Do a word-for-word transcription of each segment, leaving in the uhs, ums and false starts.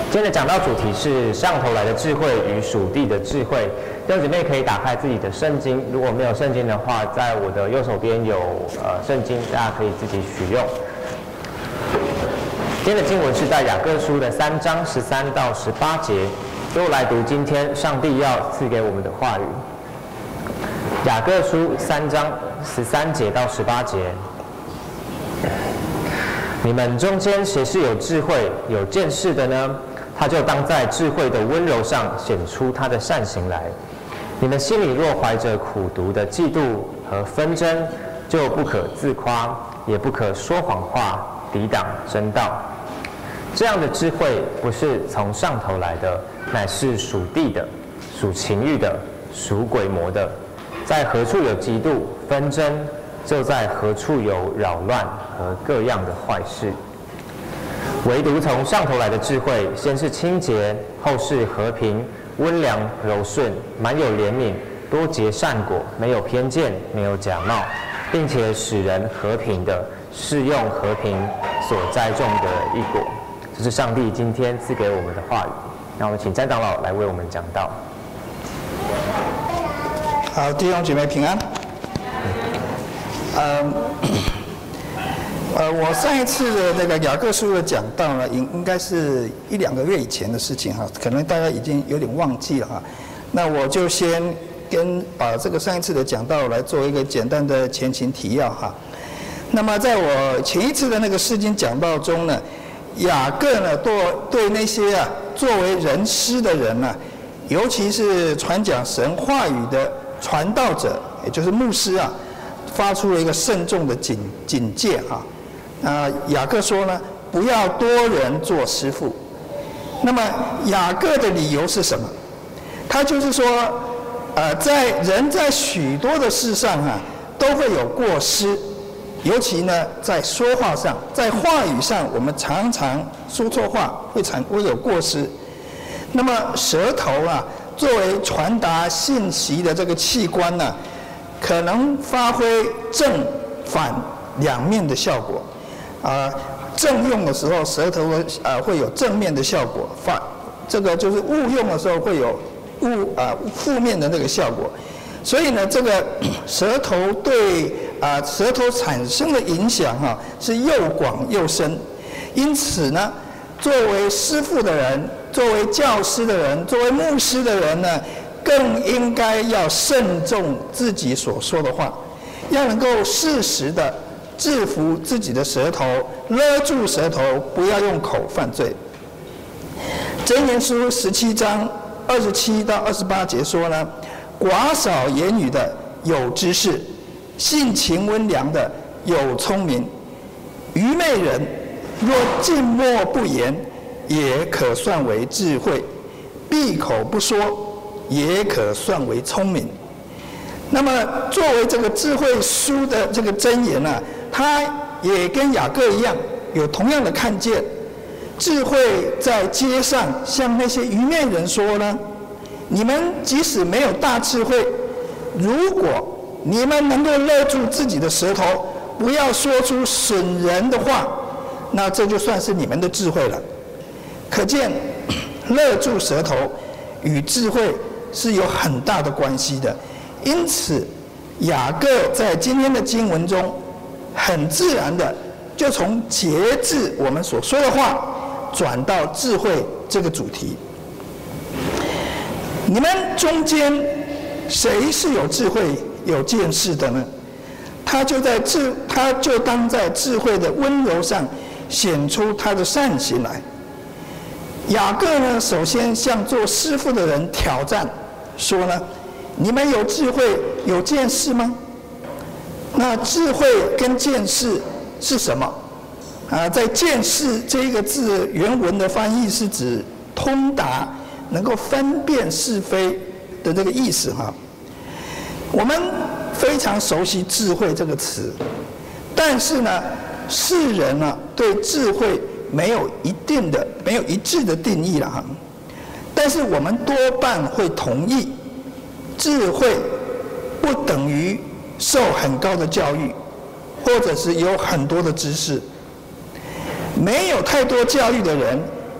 今天的讲道主题是上头来的智慧与属地的智慧。弟兄姐妹可以打开自己的圣经，如果没有圣经的话，在我的右手边有呃圣经，大家可以自己取用。今天的经文是在雅各书的三章十三到十八节，所以我来读今天上帝要赐给我们的话语。雅各书三章十三节到十八节。你们中间谁是有智慧、有见识的呢？他就当在智慧的温柔上显出他的善行来。你们心里若怀着苦毒的嫉妒和纷争，就不可自夸，也不可说谎话，抵挡真道。这样的智慧不是从上头来的，乃是属地的、属情欲的、属鬼魔的。在何处有嫉妒、纷争，就在何处有扰乱和各样的坏事。唯独从上头来的智慧，先是清洁，后是和平、温良、柔顺，满有怜悯，多结善果，没有偏见，没有假冒，并且使人和平的适用和平所栽种的义果。这是上帝今天赐给我们的话语。那我们请詹长老来为我们讲道。 好，弟兄姐妹平安。嗯，呃，我上一次的那个雅各书的讲道呢，应应该是一两个月以前的事情哈，可能大家已经有点忘记了哈。那我就先跟把这个上一次的讲道来做一个简单的前情提要哈。那么在我前一次的那个释经讲道中呢，雅各呢对对那些啊作为人师的人呢、啊，尤其是传讲神话语的传道者，也就是牧师啊，发出了一个慎重的警警戒哈。啊，雅各说呢，不要多人做师傅。那么雅各的理由是什么？他就是说，呃，在人在许多的事上啊，都会有过失，尤其呢在说话上，在话语上，我们常常说错话，会产会有过失。那么舌头啊，作为传达信息的这个器官呢、啊，可能发挥正反两面的效果。啊、呃，正用的时候，舌头啊、呃、会有正面的效果；反这个就是误用的时候，会有误啊、呃、负面的那个效果。所以呢，这个舌头对啊、呃、舌头产生的影响哈、啊、是又广又深。因此呢，作为师父的人，作为教师的人，作为牧师的人呢，更应该要慎重自己所说的话，要能够适时的制服自己的舌头，勒住舌头，不要用口犯罪。箴言书十七章二十七到二十八节说呢，寡少言语的有知识，性情温良的有聪明。愚昧人若静默不言，也可算为智慧；闭口不说，也可算为聪明。那么，作为这个智慧书的这个箴言啊，它也跟雅各一样，有同样的看见。智慧在街上向那些愚昧人说呢：你们即使没有大智慧，如果你们能够勒住自己的舌头，不要说出损人的话，那这就算是你们的智慧了。可见，勒住舌头与智慧是有很大的关系的。因此，雅各在今天的经文中，很自然的就从节制我们所说的话，转到智慧这个主题。你们中间谁是有智慧、有见识的呢？他就在智，他就当在智慧的温柔上显出他的善行来。雅各呢，首先向做师傅的人挑战，说呢：你们有智慧、有见识吗？那智慧跟见识是什么？啊，在见识这一个字原文的翻译是指通达，能够分辨是非的这个意思哈。我们非常熟悉智慧这个词，但是呢，世人呢对智慧没有一定的、没有一致的定义了哈。但是我们多半会同意，智慧不等于受很高的教育，或者是有很多的知识。没有太多教育的人，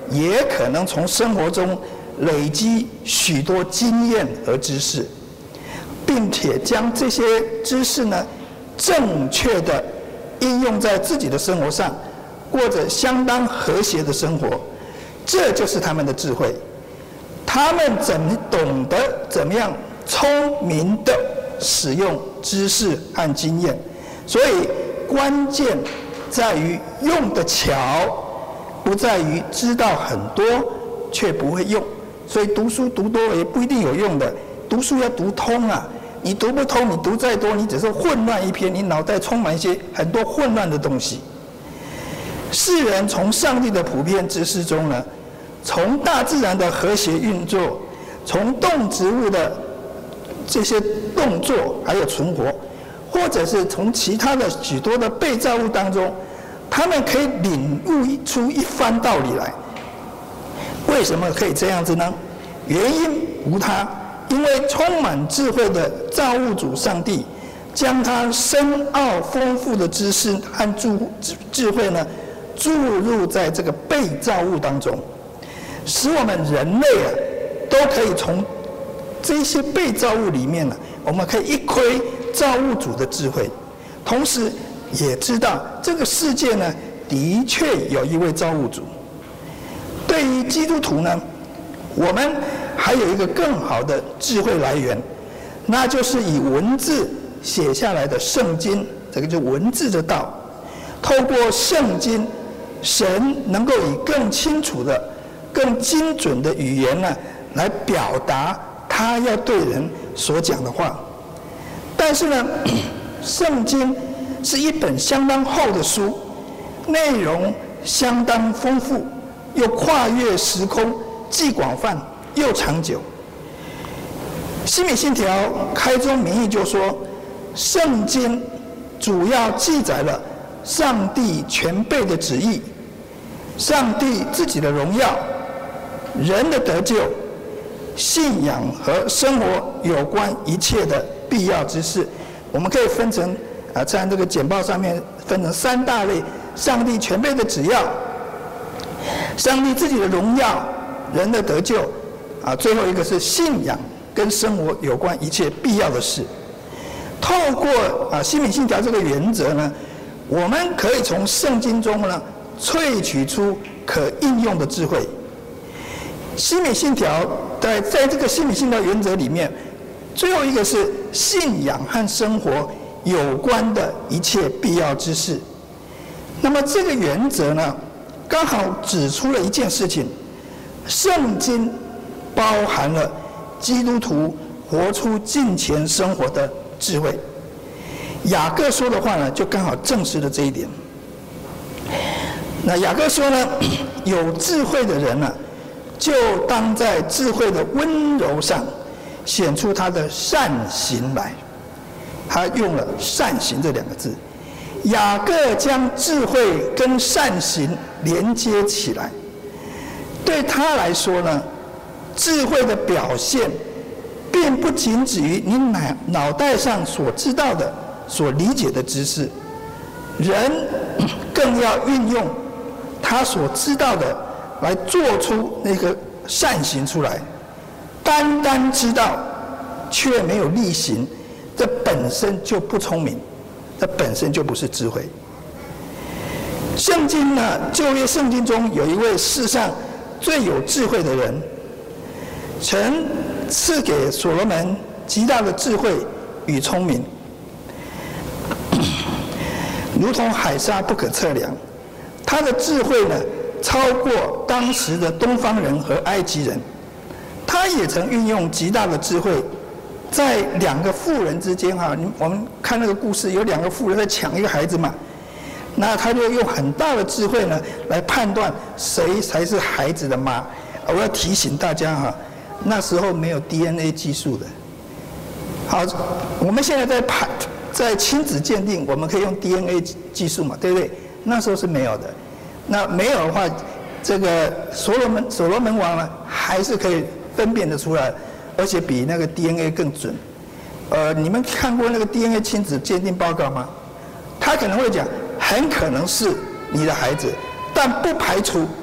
也可能从生活中累积许多经验和知识，并且将这些知识呢，正确的应用在自己的生活上，过着相当和谐的生活。这就是他们的智慧。他们怎么懂得怎么样聪明的使用知识和经验，所以关键在于用得巧，不在于知道很多却不会用。所以读书读多也不一定有用的，读书要读通啊！你读不通，你读再多，你只是混乱一片，你脑袋充满一些很多混乱的东西。世人从上帝的普遍知识中呢，从大自然的和谐运作，从动植物的这些动作还有存活，或者是从其他的许多的被造物当中，他们可以领悟出一番道理来。为什么可以这样子呢？原因无他，因为充满智慧的造物主上帝，将他深奥丰富的知识和智智慧呢，注入在这个被造物当中，使我们人类啊，都可以从这些被造物里面呢，我们可以一窥造物主的智慧，同时也知道这个世界呢，的确有一位造物主。对于基督徒呢，我们还有一个更好的智慧来源，那就是以文字写下来的圣经，这个就是文字的道。透过圣经，神能够以更清楚的、更精准的语言呢，来表达他要对人所讲的话。但是呢，圣经是一本相当厚的书，内容相当丰富，又跨越时空，既广泛又长久。西敏信条开宗明义就说，圣经主要记载了上帝全备的旨意，上帝自己的荣耀，人的得救，信仰和生活有关一切的必要之事。我们可以分成啊，在这个简报上面分成三大类：上帝全备的旨要，上帝自己的荣耀，人的得救，啊，最后一个是信仰跟生活有关一切必要的事。透过啊西敏信条这个原则呢，我们可以从圣经中呢萃取出可应用的智慧。西敏信条在在这个西敏信条原则里面，最后一个是信仰和生活有关的一切必要之事。那么这个原则呢，刚好指出了一件事情：圣经包含了基督徒活出敬虔生活的智慧。雅各说的话呢，就刚好证实了这一点。那雅各说呢，有智慧的人呢，就当在智慧的温柔上显出他的善行来。他用了善行这两个字。雅各将智慧跟善行连接起来。对他来说呢，智慧的表现并不仅止于你脑脑袋上所知道的、所理解的知识，人更要运用他所知道的来做出那个善行出来。单单知道却没有力行，这本身就不聪明，这本身就不是智慧。圣经呢，旧约圣经中有一位世上最有智慧的人，曾赐给所罗门极大的智慧与聪明，如同海沙不可测量。他的智慧呢，超过当时的东方人和埃及人。他也曾运用极大的智慧，在两个妇人之间哈，我们看那个故事，有两个妇人在抢一个孩子嘛，那他就用很大的智慧呢，来判断谁才是孩子的妈。我要提醒大家哈，那时候没有 D N A 技术的。好，我们现在在判在亲子鉴定，我们可以用 D N A 技术嘛，对不对？那时候是没有的。那没有的话，这个所罗门所罗门王呢，还是可以分辨得出来，而且比那个 D N A 更准。呃，你们看过那个 D N A 亲子鉴定报告吗？他可能会讲，很可能是你的孩子，但不排除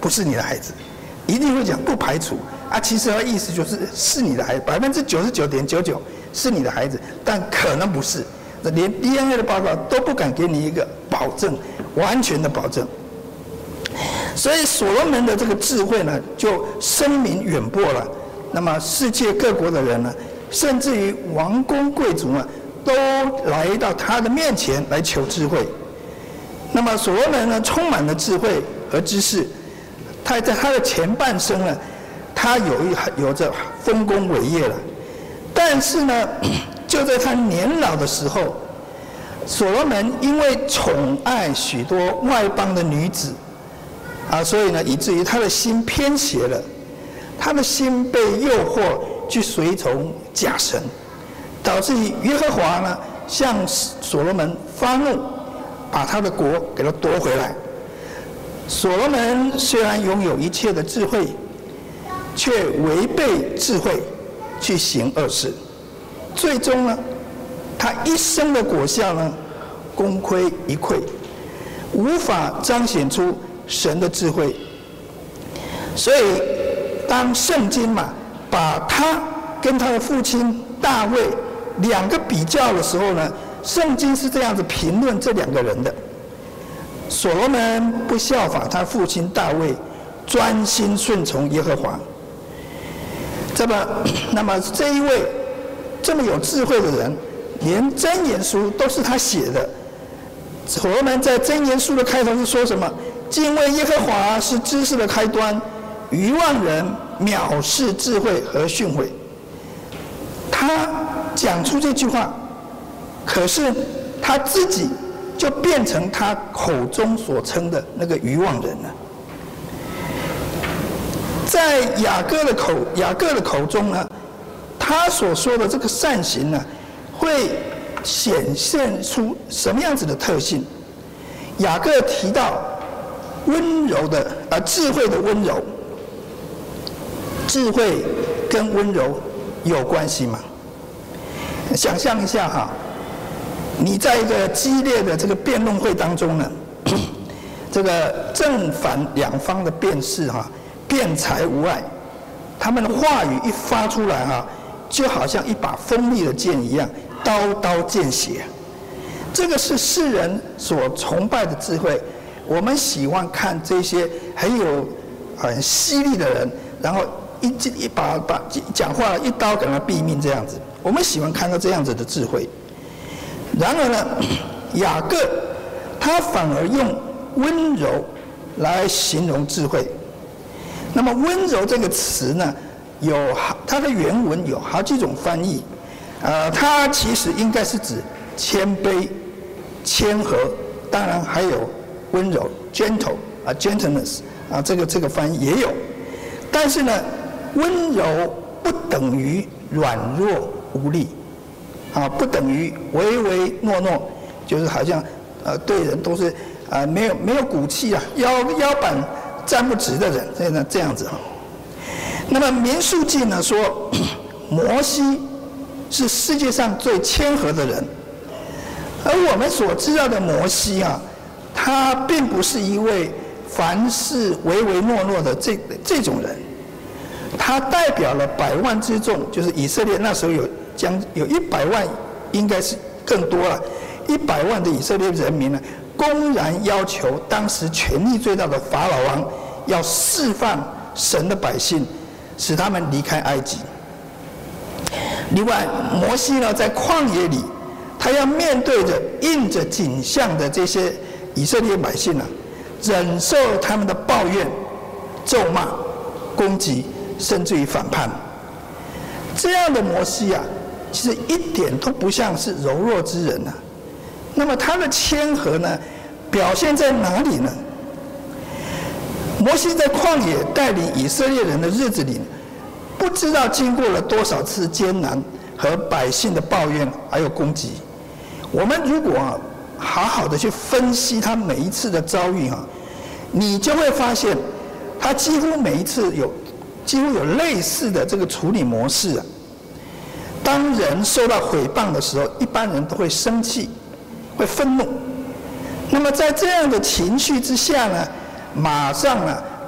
不是你的孩子，一定会讲不排除啊。其实它意思就是是你的孩子，百分之九十九点九九是你的孩子，但可能不是。连 D N A 的报告都不敢给你一个保证，完全的保证。所以所罗门的这个智慧呢，就声名远播了。那么世界各国的人呢，甚至于王公贵族呢，都来到他的面前来求智慧。那么所罗门呢，充满了智慧和知识。他在他的前半生呢，他有一有着丰功伟业了。但是呢，就在他年老的时候，所罗门因为宠爱许多外邦的女子，啊，所以呢，以至于他的心偏邪了，他的心被诱惑去随从假神，导致于耶和华呢向所罗门发怒，把他的国给他夺回来。所罗门虽然拥有一切的智慧，却违背智慧去行恶事，最终呢，他一生的果效呢，功亏一篑，无法彰显出神的智慧。所以，当圣经嘛，把他跟他的父亲大卫两个比较的时候呢，圣经是这样子评论这两个人的：所罗门不效法他父亲大卫，专心顺从耶和华。这么，那么这一位这么有智慧的人，连箴言书都是他写的。所罗门在箴言书的开头是说什么？敬畏耶和华是知识的开端，愚妄人藐视智慧和训诲。他讲出这句话，可是他自己就变成他口中所称的那个愚妄人了。在雅各的口雅各的口中呢，他所说的这个善行呢，会显现出什么样子的特性？雅各提到温柔的啊、呃，智慧的温柔。智慧跟温柔有关系吗？想象一下哈，你在一个激烈的这个辩论会当中呢，这个正反两方的辩士哈，辩才无碍，他们的话语一发出来哈，就好像一把锋利的剑一样，刀刀见血。这个是世人所崇拜的智慧。我们喜欢看这些很有很犀利的人，然后一一把把讲话一刀给他毙命这样子。我们喜欢看到这样子的智慧。然而呢，雅各他反而用温柔来形容智慧。那么温柔这个词呢，有它的原文有好几种翻译，呃，它其实应该是指谦卑、谦和，当然还有温柔 （gentle） 啊 ，gentleness 啊，这个这个翻译也有。但是呢，温柔不等于软弱无力，啊，不等于唯唯诺诺，就是好像呃对人都是啊、呃、没有没有骨气啊，腰腰板站不直的人，这样这样子哈。那么民数记呢说，摩西是世界上最谦和的人，而我们所知道的摩西啊，他并不是一位凡事唯唯诺诺的这这种人，他代表了百万之众，就是以色列那时候有将有一百万，应该是更多了，一百万的以色列人民呢，公然要求当时权力最大的法老王要释放神的百姓，使他们离开埃及。另外，摩西呢在旷野里，他要面对着印着景象的这些以色列百姓啊，忍受他们的抱怨、咒骂、攻击，甚至于反叛。这样的摩西啊，其实一点都不像是柔弱之人啊。那么他的谦和呢，表现在哪里呢？摩西在旷野带领以色列人的日子里，不知道经过了多少次艰难和百姓的抱怨还有攻击。我们如果啊好好的去分析他每一次的遭遇啊，你就会发现，他几乎每一次有几乎有类似的这个处理模式啊。当人受到毁谤的时候，一般人都会生气，会愤怒。那么在这样的情绪之下呢，马上呢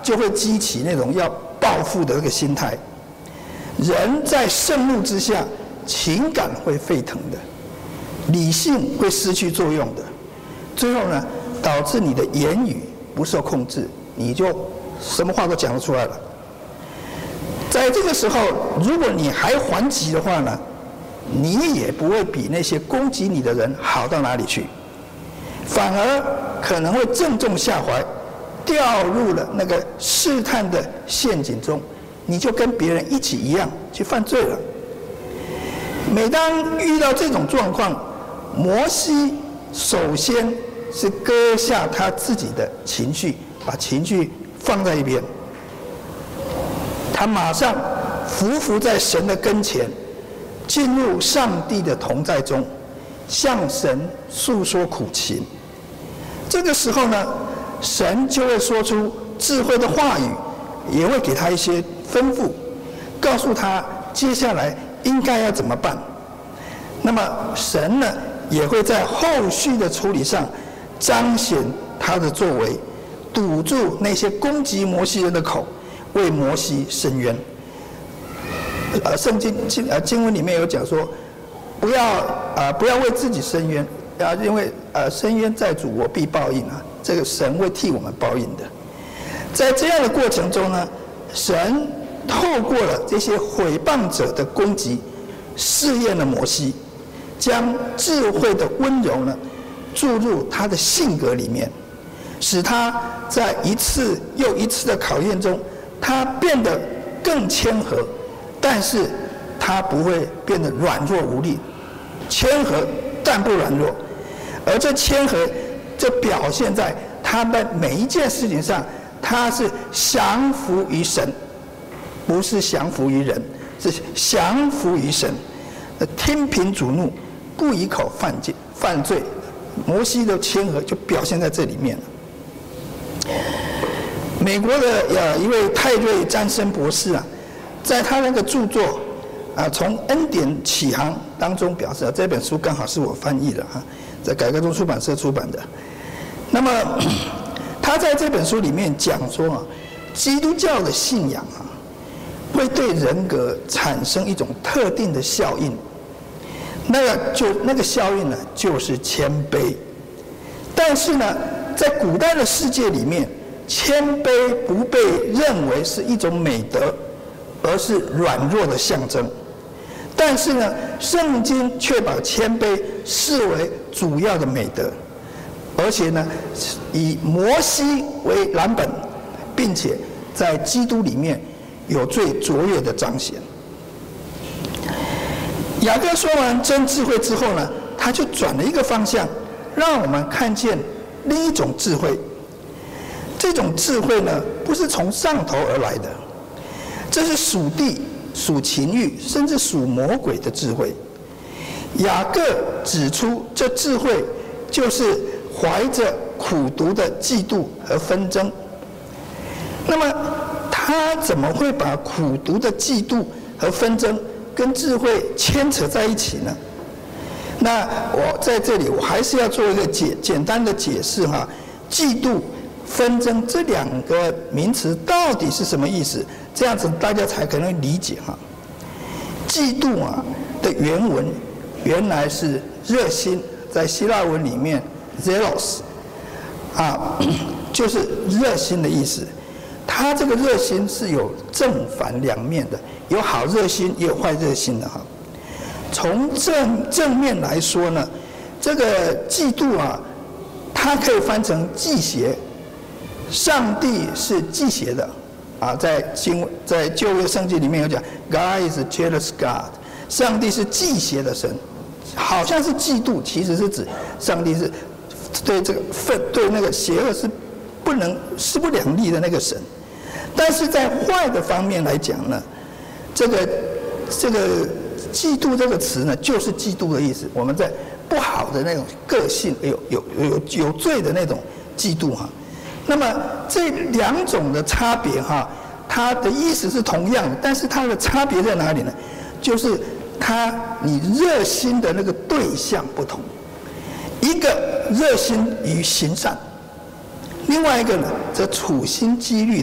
就会激起那种要报复的那个心态。人在盛怒之下，情感会沸腾的，理性会失去作用的，最后呢，导致你的言语不受控制，你就什么话都讲得出来了。在这个时候，如果你还还击的话呢，你也不会比那些攻击你的人好到哪里去，反而可能会正中下怀，掉入了那个试探的陷阱中，你就跟别人一起一样去犯罪了。每当遇到这种状况，摩西首先是割下他自己的情绪，把情绪放在一边，他马上匍匐在神的跟前，进入上帝的同在中，向神诉说苦情。这个时候呢，神就会说出智慧的话语，也会给他一些吩咐，告诉他接下来应该要怎么办。那么神呢，也会在后续的处理上彰显他的作为，堵住那些攻击摩西人的口，为摩西伸冤。呃，圣经经呃经文里面有讲说，不要啊、呃、不要为自己伸冤啊，因为呃伸冤在主，我必报应啊。这个神会替我们报应的。在这样的过程中呢，神透过了这些毁谤者的攻击，试验了摩西，将智慧的温柔呢注入他的性格里面，使他在一次又一次的考验中，他变得更谦和，但是他不会变得软弱无力，谦和但不软弱，而这谦和就表现在他在每一件事情上，他是降服于神，不是降服于人，是降服于神，听凭主怒，不以口犯戒犯罪。摩西的谦和就表现在这里面了。美国的呃一位泰瑞詹森博士啊，在他那个著作啊从恩典起航当中表示，啊这本书刚好是我翻译的哈，在改革中出版社出版的。那么他在这本书里面讲说啊，基督教的信仰啊，会对人格产生一种特定的效应。那个就那个效应呢，就是谦卑。但是呢，在古代的世界里面，谦卑不被认为是一种美德，而是软弱的象征。但是呢，圣经却把谦卑视为主要的美德，而且呢，以摩西为蓝本，并且在基督里面有最卓越的彰显。雅各说完真智慧之后呢，他就转了一个方向，让我们看见另一种智慧。这种智慧呢，不是从上头而来的，这是属地、属情欲，甚至属魔鬼的智慧。雅各指出，这智慧就是怀着苦毒的嫉妒和纷争。那么，他怎么会把苦毒的嫉妒和纷争跟智慧牵扯在一起呢？那我在这里我还是要做一个简简单的解释哈，嫉妒、纷争这两个名词到底是什么意思？这样子大家才可能理解哈。嫉妒啊的原文原来是热心，在希腊文里面 zelos 啊，就是热心的意思。它这个热心是有正反两面的，有好热心也有坏热心的哈。从正正面来说呢，这个嫉妒啊，它可以翻成忌邪。上帝是忌邪的啊，在经在旧约圣经里面有讲 ，God is a jealous God， 上帝是忌邪的神，好像是嫉妒，其实是指上帝是对这个愤对那个邪恶是不能势不两立的那个神。但是在坏的方面来讲呢，这个这个嫉妒这个词呢，就是嫉妒的意思。我们在不好的那种个性，有有有有罪的那种嫉妒哈。那么这两种的差别哈，它的意思是同样的，但是它的差别在哪里呢？就是它你热心的那个对象不同，一个热心于行善，另外一个呢，则处心积虑的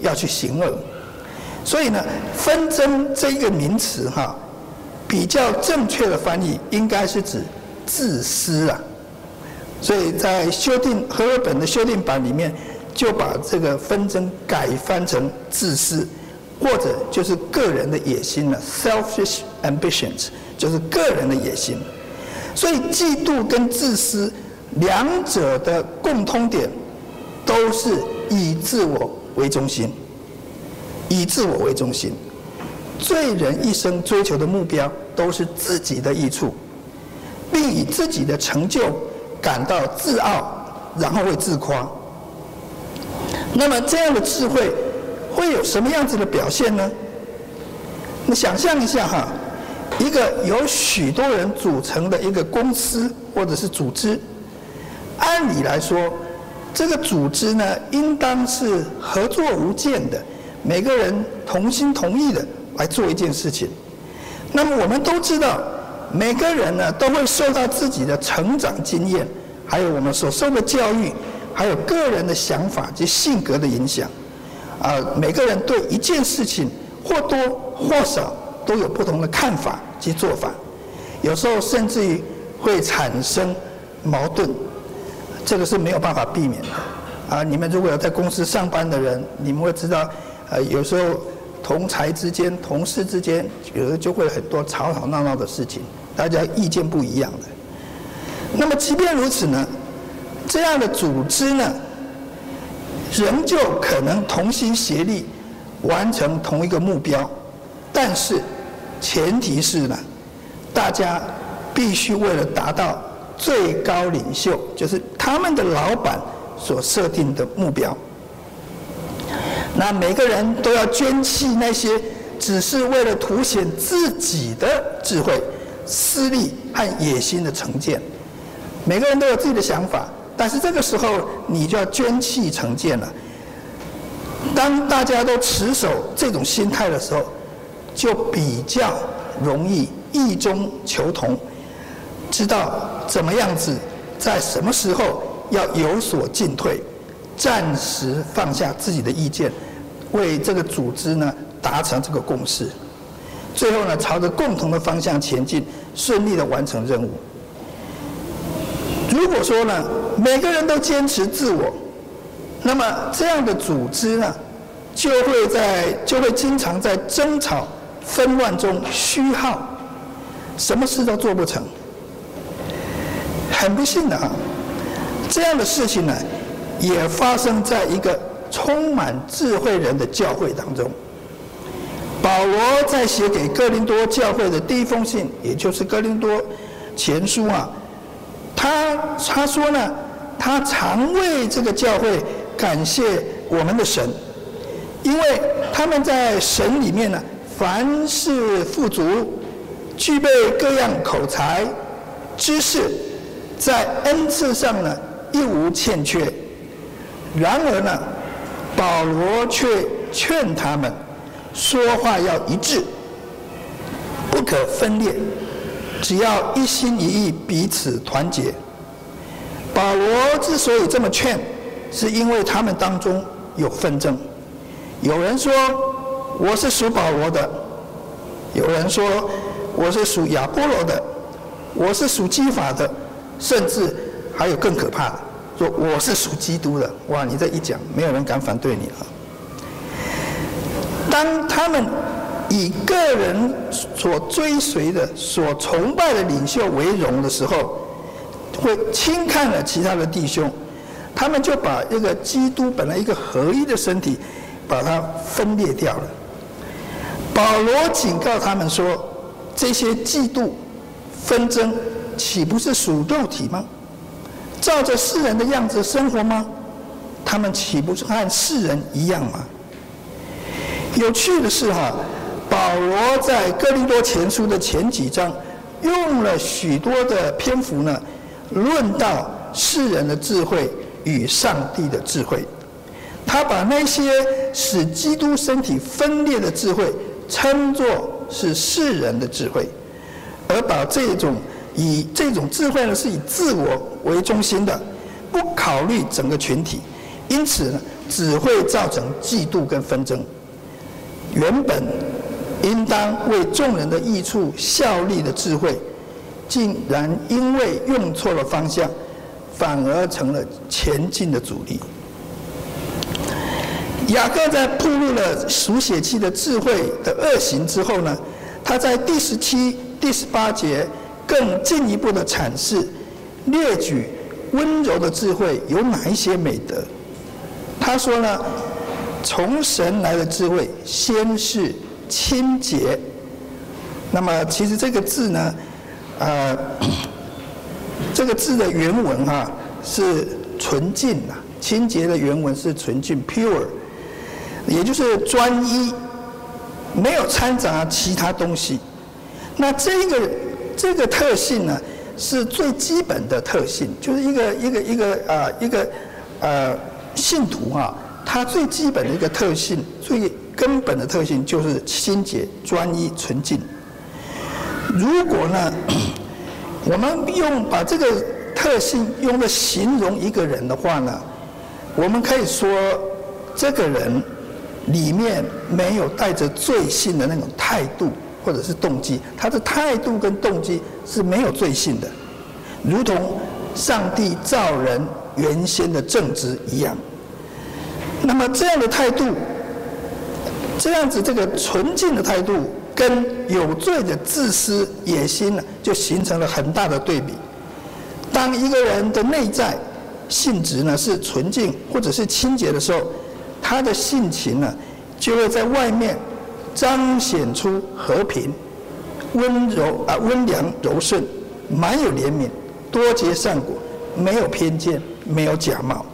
要去行恶。所以呢，纷争这一个名词哈，比较正确的翻译应该是指自私啊。所以在修订和合本的修订版里面，就把这个纷争改翻成自私，或者就是个人的野心了 ，selfish ambitions， 就是个人的野心。所以嫉妒跟自私两者的共通点，都是以自我为中心。以自我为中心，罪人一生追求的目标都是自己的益处，并以自己的成就感到自傲，然后会自夸。那么这样的智慧会有什么样子的表现呢？你想象一下哈，一个由许多人组成的一个公司或者是组织，按理来说，这个组织呢，应当是合作无间的。每个人同心同意的来做一件事情。那么我们都知道，每个人呢都会受到自己的成长经验，还有我们所受的教育，还有个人的想法及性格的影响。啊，每个人对一件事情或多或少都有不同的看法及做法，有时候甚至于会产生矛盾，这个是没有办法避免的。啊，你们如果有在公司上班的人，你们会知道。呃，有时候同才之间、同事之间，有的就会很多吵吵闹闹的事情，大家意见不一样的。那么即便如此呢，这样的组织呢，仍旧可能同心协力完成同一个目标，但是前提是呢，大家必须为了达到最高领袖，就是他们的老板所设定的目标。那每个人都要捐弃那些只是为了凸显自己的智慧、私利和野心的成见。每个人都有自己的想法，但是这个时候你就要捐弃成见了。当大家都持守这种心态的时候，就比较容易异中求同，知道怎么样子，在什么时候要有所进退。暂时放下自己的意见，为这个组织呢达成这个共识，最后呢朝着共同的方向前进，顺利的完成任务。如果说呢每个人都坚持自我，那么这样的组织呢就会在就会经常在争吵纷乱中虚耗，什么事都做不成。很不幸的啊，这样的事情呢也发生在一个充满智慧人的教会当中。保罗在写给哥林多教会的第一封信，也就是哥林多前书啊，他他说呢，他常为这个教会感谢我们的神，因为他们在神里面呢，凡事富足，具备各样口才、知识，在恩赐上呢一无欠缺。然而呢，保罗却劝他们说话要一致，不可分裂，只要一心一意，彼此团结。保罗之所以这么劝，是因为他们当中有纷争。有人说我是属保罗的，有人说我是属亚波罗的，我是属基法的，甚至还有更可怕的，说我是属基督的。哇，你这一讲，没有人敢反对你了。当他们以个人所追随的、所崇拜的领袖为荣的时候，会轻看了其他的弟兄，他们就把这个基督本来一个合一的身体，把它分裂掉了。保罗警告他们说，这些嫉妒、纷争，岂不是属肉体吗？照着世人的样子生活吗？他们岂不是和世人一样吗？有趣的是哈，保罗在哥林多前书的前几章，用了许多的篇幅呢，论到世人的智慧与上帝的智慧。他把那些使基督身体分裂的智慧，称作是世人的智慧，而把这种以这种智慧呢，是以自我为中心的，不考虑整个群体。因此呢， 只会造成嫉妒跟纷争。原本应当为众人的益处效力的智慧，竟然因为用错了方向，反而成了前进的阻力。雅各在暴露了属血气的智慧的恶行之后呢，他在第十七、第十八节更进一步的阐释，列举温柔的智慧有哪一些美德。他说呢，从神来的智慧，先是清洁。那么其实这个字呢，呃，这个字的原文哈、啊、是纯净啊，清洁的原文是纯净 （pure）， 也就是专一，没有掺杂其他东西。那这个这个特性呢，是最基本的特性，就是一个一个一个啊、呃、一个呃信徒啊，他最基本的一个特性，最根本的特性就是清洁、专一、纯净。如果呢，我们用把这个特性用来形容一个人的话呢，我们可以说这个人里面没有带着罪性的那种态度或者是动机，他的态度跟动机是没有罪性的，如同上帝造人原先的正直一样。那么这样的态度，这样子这个纯净的态度，跟有罪的自私野心呢，就形成了很大的对比。当一个人的内在性质呢是纯净或者是清洁的时候，他的性情呢就会在外面彰显出和平、温柔啊温良柔顺，满有怜悯，多结善果，没有偏见，没有假冒。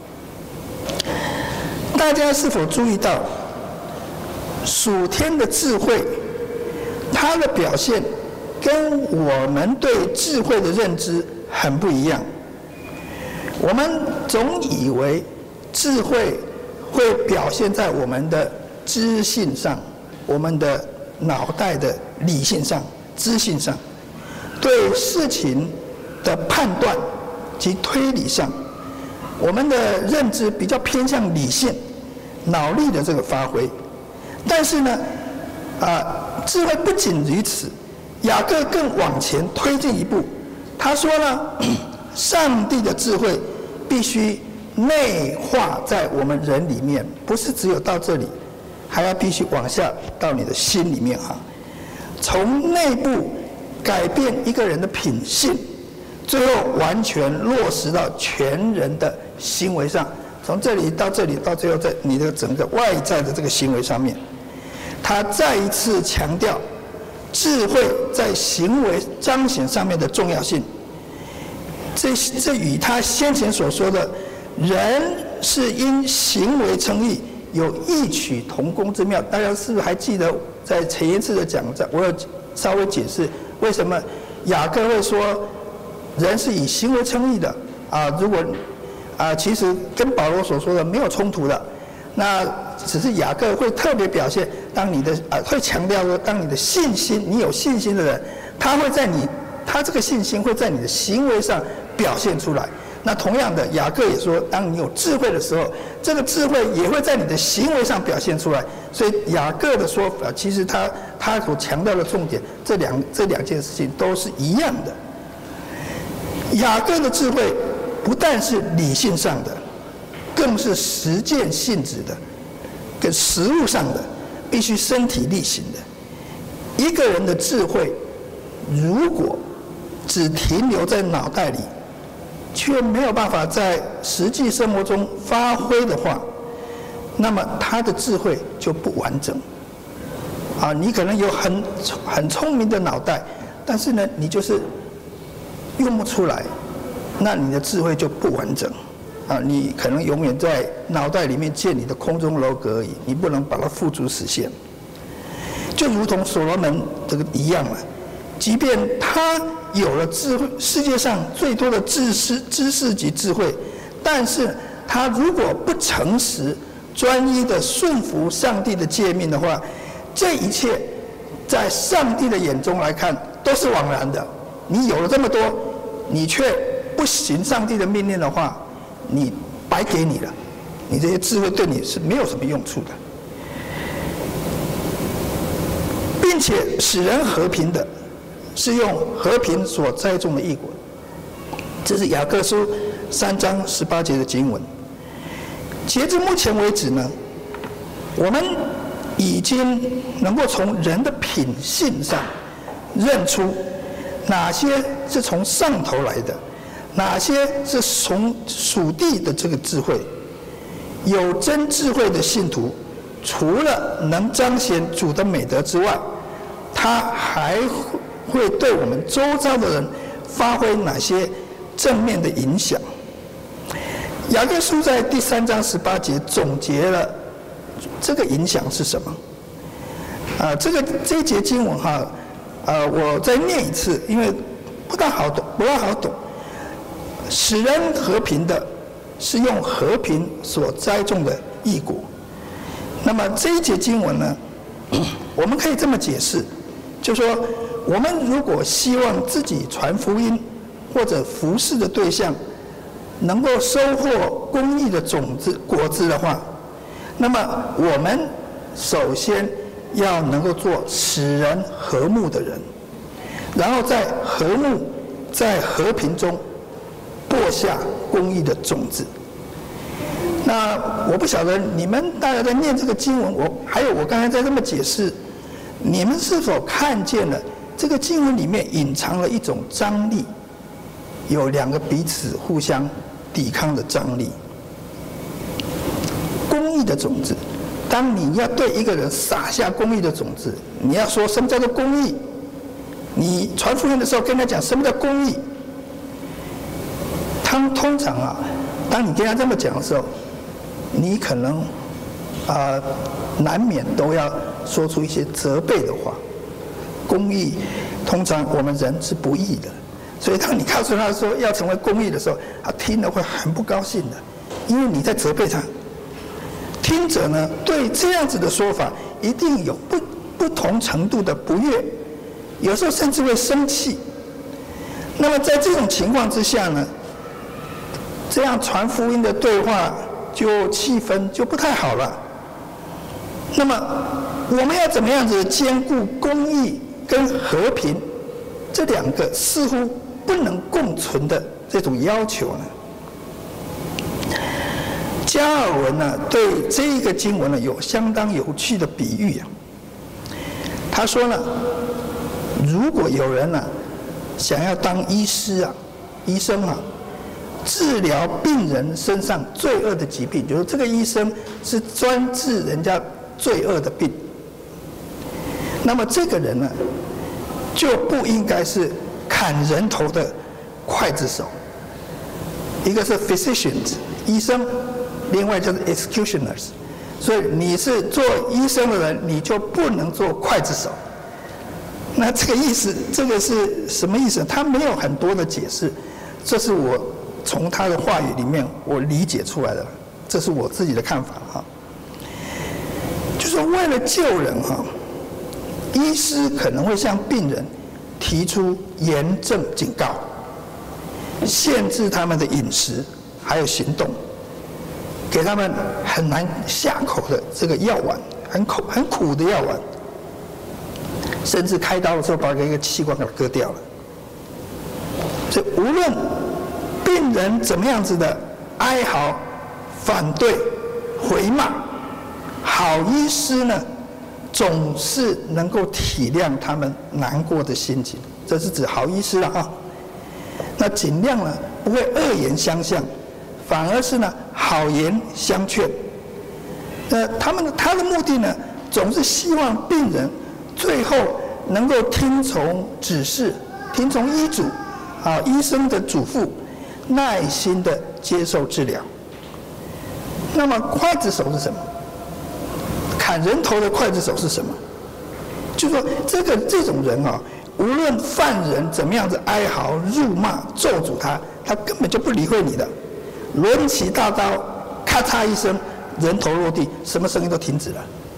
大家是否注意到，属天的智慧，它的表现跟我们对智慧的认知很不一样。我们总以为智慧会表现在我们的知性上，我们的脑袋的理性上、知性上，对事情的判断及推理上，我们的认知比较偏向理性、脑力的这个发挥。但是呢，啊，智慧不仅于此，雅各更往前推进一步，他说呢，上帝的智慧必须内化在我们人里面，不是只有到这里，还要必须往下到你的心里面哈，从内部改变一个人的品性，最后完全落实到全人的行为上，从这里到这里，到最后在你的整个外在的这个行为上面，他再一次强调智慧在行为彰显上面的重要性。这这与他先前所说的人是因行为称义，有异曲同工之妙。大家是不是还记得在前一次的讲章，我有稍微解释为什么雅各会说人是以行为称义的啊？如果啊，其实跟保罗所说的没有冲突的，那只是雅各会特别表现，当你的啊会强调说，当你的信心，你有信心的人，他会在你，他这个信心会在你的行为上表现出来。那同样的，雅各也说，当你有智慧的时候，这个智慧也会在你的行为上表现出来。所以雅各的说法，其实他他所强调的重点，这两这两件事情都是一样的。雅各的智慧不但是理性上的，更是实践性质的，跟实务上的，必须身体力行的。一个人的智慧，如果只停留在脑袋里，却没有办法在实际生活中发挥的话，那么他的智慧就不完整。啊，你可能有很很聪明的脑袋，但是呢，你就是用不出来，那你的智慧就不完整。啊，你可能永远在脑袋里面建你的空中楼阁而已，你不能把它付诸实现。就如同所罗门这个一样了，即便他有了智慧，世界上最多的知识、知识及智慧，但是他如果不诚实、专一的顺服上帝的诫命的话，这一切在上帝的眼中来看都是枉然的。你有了这么多，你却不行上帝的命令的话，你白给你了， 你这些智慧对你是没有什么用处的，并且使人和平的，是用和平所栽种的义果。这是雅各书三章十八节的经文。截至目前为止呢，我们已经能够从人的品性上认出哪些是从上头来的，哪些是从属地的这个智慧。有真智慧的信徒，除了能彰显主的美德之外，他还会对我们周遭的人发挥哪些正面的影响？雅各书在第三章十八节总结了这个影响是什么？啊，这个这一节经文哈，呃，我再念一次，因为不大好懂，不大好懂。使人和平的，是用和平所栽种的义果。那么这一节经文呢，我们可以这么解释，就说我们如果希望自己传福音或者服侍的对象能够收获公义的种子果子的话，那么我们首先要能够做使人和睦的人，然后在和睦、在和平中播下公义的种子。那我不晓得你们大家在念这个经文，我还有我刚才在这么解释，你们是否看见了这个经文里面隐藏了一种张力，有两个彼此互相抵抗的张力。公义的种子，当你要对一个人撒下公义的种子，你要说什么叫做公义？你传福音的时候跟他讲什么叫公义？他通常啊，当你跟他这么讲的时候，你可能啊、呃、难免都要说出一些责备的话。公义通常我们人是不义的，所以当你告诉他说要成为公义的时候，他听了会很不高兴的，因为你在责备他。听者呢，对这样子的说法一定有不不同程度的不悦，有时候甚至会生气。那么在这种情况之下呢，这样传福音的对话就气氛就不太好了。那么我们要怎么样子兼顾公义跟和平这两个似乎不能共存的这种要求呢？加尔文呢对这一个经文呢有相当有趣的比喻啊。他说呢，如果有人呢想要当医师啊，医生啊，治疗病人身上罪恶的疾病，就是这个医生是专治人家罪恶的病，那么这个人呢就不应该是砍人头的刽子手。一个是 physicians 医生，另外就是 executioners。所以你是做医生的人，你就不能做刽子手。那这个意思，这个是什么意思？他没有很多的解释，这是我从他的话语里面我理解出来的，这是我自己的看法哈。就是为了救人哈，医师可能会向病人提出严正警告，限制他们的饮食还有行动，给他们很难下口的这个药丸，很苦很苦的药丸，甚至开刀的时候把一个器官给它割掉了。所以无论病人怎么样子的哀嚎、反对、回骂，好医师呢总是能够体谅他们难过的心情，这是指好医师了啊。那尽量呢不会恶言相向，反而是呢好言相劝。那他们他的目的呢，总是希望病人最后能够听从指示，听从医嘱，啊医生的嘱咐，耐心的接受治疗。那么刽子手是什么？砍人头的刽子手是什么？就说这个这种人啊，无论犯人怎么样子哀嚎、辱骂、咒诅他，他根本就不理会你的。抡起大刀，咔嚓一声，人头落地，什么声音都停止了。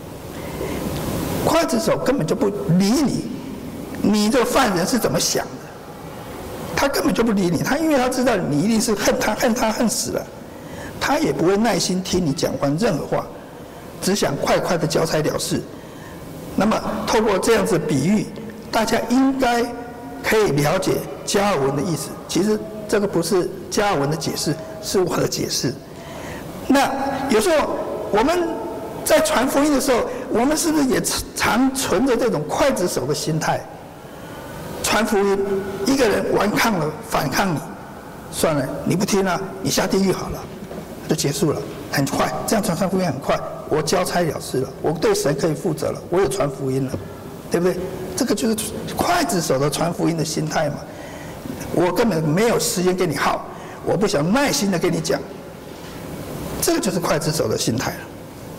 刽子手根本就不理你，你这个犯人是怎么想的？他根本就不理你，他因为他知道你一定是恨他、恨他、恨死了， 他也不会耐心听你讲完任何话，只想快快的交差了事。那么透过这样子比喻，大家应该可以了解加尔文的意思。其实这个不是加尔文的解释，是我的解释。那有时候我们在传福音的时候，我们是不是也常存着这种刽子手的心态？传福音，一个人顽抗了，反抗你，算了，你不听啊，你下地狱好了，就结束了，很快，这样传传福音很快，我交差了事了，我对神可以负责了，我有传福音了，对不对？这个就是刽子手的传福音的心态嘛。我根本没有时间跟你耗，我不想耐心的跟你讲，这个就是刽子手的心态了。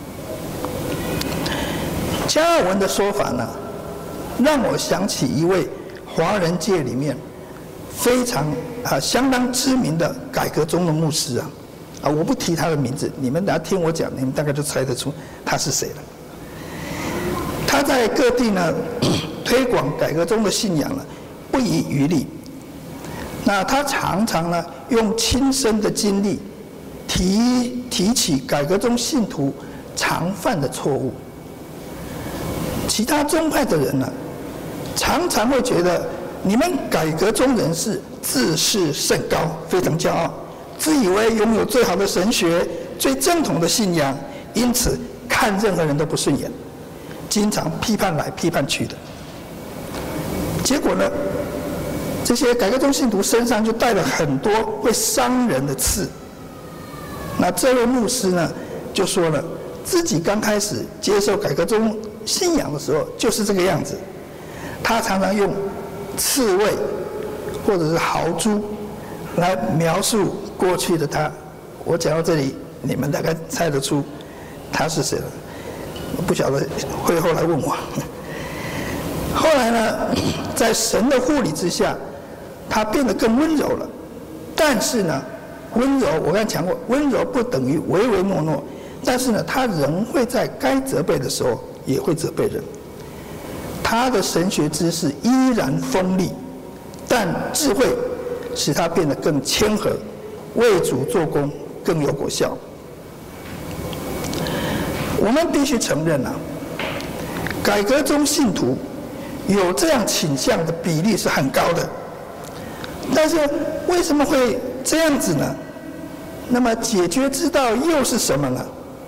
加尔文的说法呢，让我想起一位华人界里面非常啊相当知名的改革宗的牧师啊，啊我不提他的名字，你们等下听我讲，你们大概就猜得出他是谁了。他在各地呢推广改革宗的信仰呢，不遗余力。那他常常呢用亲身的经历提提起改革宗信徒常犯的错误。其他宗派的人呢，常常会觉得你们改革宗人士自视甚高，非常骄傲，自以为拥有最好的神学、最正统的信仰，因此看任何人都不顺眼，经常批判来批判去的。结果呢，这些改革宗信徒身上就带了很多会伤人的刺。那这位牧师呢，就说了，自己刚开始接受改革宗信仰的时候就是这个样子。他常常用刺猬或者是豪猪来描述过去的他。我讲到这里，你们大概猜得出他是谁了。我不晓得会后来问我。后来呢，在神的护理之下，他变得更温柔了。但是呢，温柔我刚才讲过，温柔不等于唯唯诺诺。但是呢，他仍会在该责备的时候也会责备人。他的神学知识依然锋利，但智慧使他变得更谦和，为主做工更有果效。我们必须承认啊，改革宗信徒有这样倾向的比例是很高的。但是为什么会这样子呢？那么解决之道又是什么呢？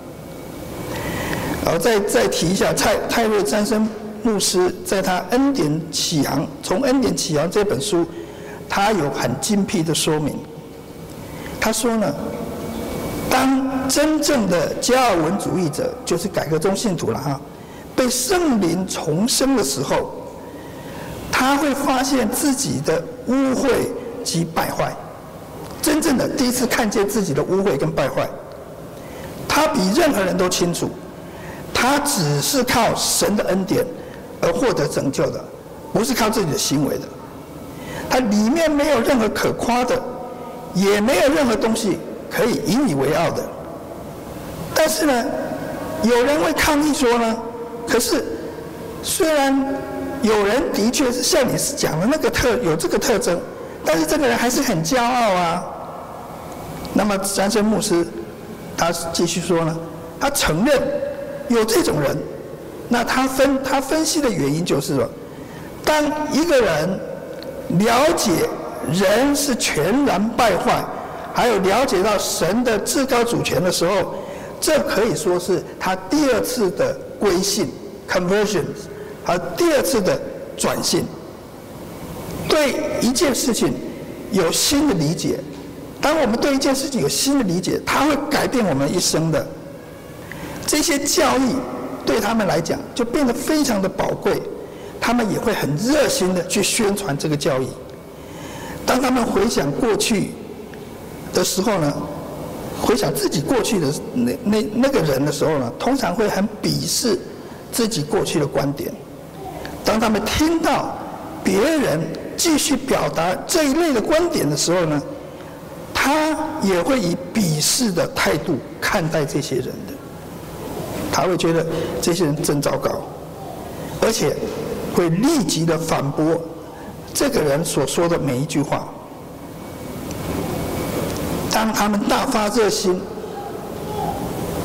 我再再提一下泰泰瑞詹森牧师在他《恩典启航》从《恩典启航》这本书，他有很精辟的说明。他说呢，当真正的加尔文主义者，就是改革宗信徒了哈，被圣灵重生的时候，他会发现自己的污秽及败坏。真正的第一次看见自己的污秽跟败坏，他比任何人都清楚，他只是靠神的恩典而获得拯救的，不是靠自己的行为的。他里面没有任何可夸的，也没有任何东西可以引以为傲的。但是呢，有人会抗议说呢，可是虽然有人的确是像你讲的那个特有这个特征，但是这个人还是很骄傲啊。那么詹森牧师他继续说呢，他承认有这种人。那他分他分析的原因就是说，当一个人了解人是全然败坏，还有了解到神的至高主权的时候，这可以说是他第二次的归信 conversion， 和第二次的转信，对一件事情有新的理解。当我们对一件事情有新的理解，它会改变我们一生的。这些教义对他们来讲就变得非常的宝贵，他们也会很热心的去宣传这个教义。当他们回想过去的时候呢，回想自己过去的那那那个人的时候呢，通常会很鄙视自己过去的观点。当他们听到别人继续表达这一类的观点的时候呢，他也会以鄙视的态度看待这些人的。他会觉得这些人真糟糕，而且会立即的反驳这个人所说的每一句话。当他们大发热心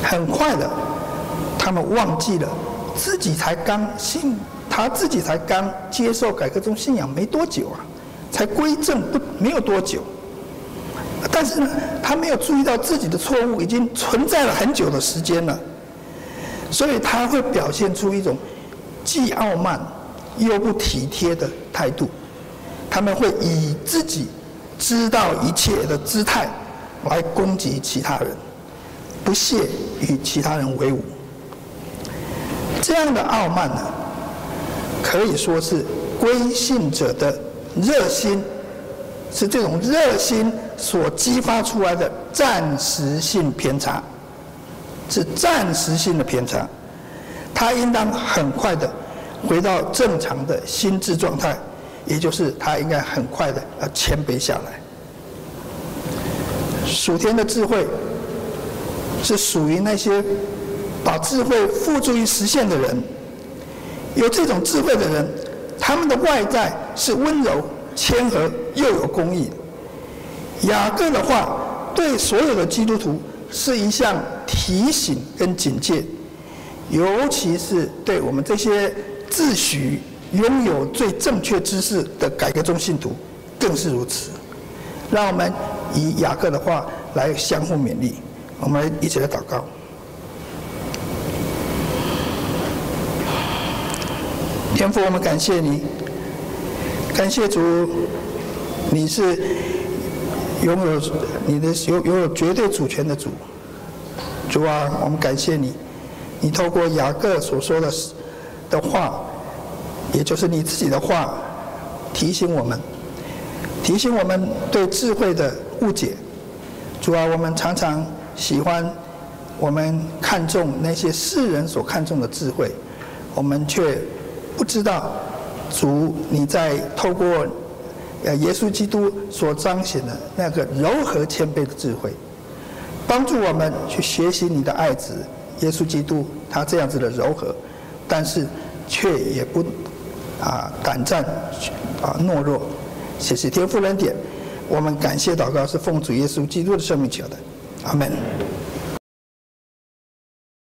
很快的，他们忘记了自己才刚信，他自己才刚接受改革宗信仰没多久啊，才归正不没有多久。但是呢，他没有注意到自己的错误已经存在了很久的时间了，所以他会表现出一种既傲慢又不体贴的态度。他们会以自己知道一切的姿态来攻击其他人，不屑与其他人为伍。这样的傲慢呢，可以说是归信者的热心，是这种热心所激发出来的暂时性偏差，是暂时性的偏差。他应当很快的回到正常的心智状态，也就是他应该很快的要谦卑下来。属天的智慧是属于那些把智慧付诸于实现的人。有这种智慧的人，他们的外在是温柔、谦和又有公义。雅各的话对所有的基督徒是一项提醒跟警戒，尤其是对我们这些自诩拥有最正确知识的改革宗信徒更是如此。让我们以雅各的话来相互勉励。我们一起来祷告。天父，我们感谢你，感谢主，你是拥有你的有拥有绝对主权的主。主啊，我们感谢你，你透过雅各所说的的话，也就是你自己的话，提醒我们，提醒我们对智慧的误解。主啊，我们常常喜欢我们看重那些世人所看重的智慧，我们却不知道主你在透过呃耶稣基督所彰显的那个柔和谦卑的智慧，帮助我们去学习你的爱子耶稣基督他这样子的柔和，但是却也不啊胆战啊懦弱。谢谢天父恩典，我们感谢祷告是奉主耶稣基督的圣名求的，阿门。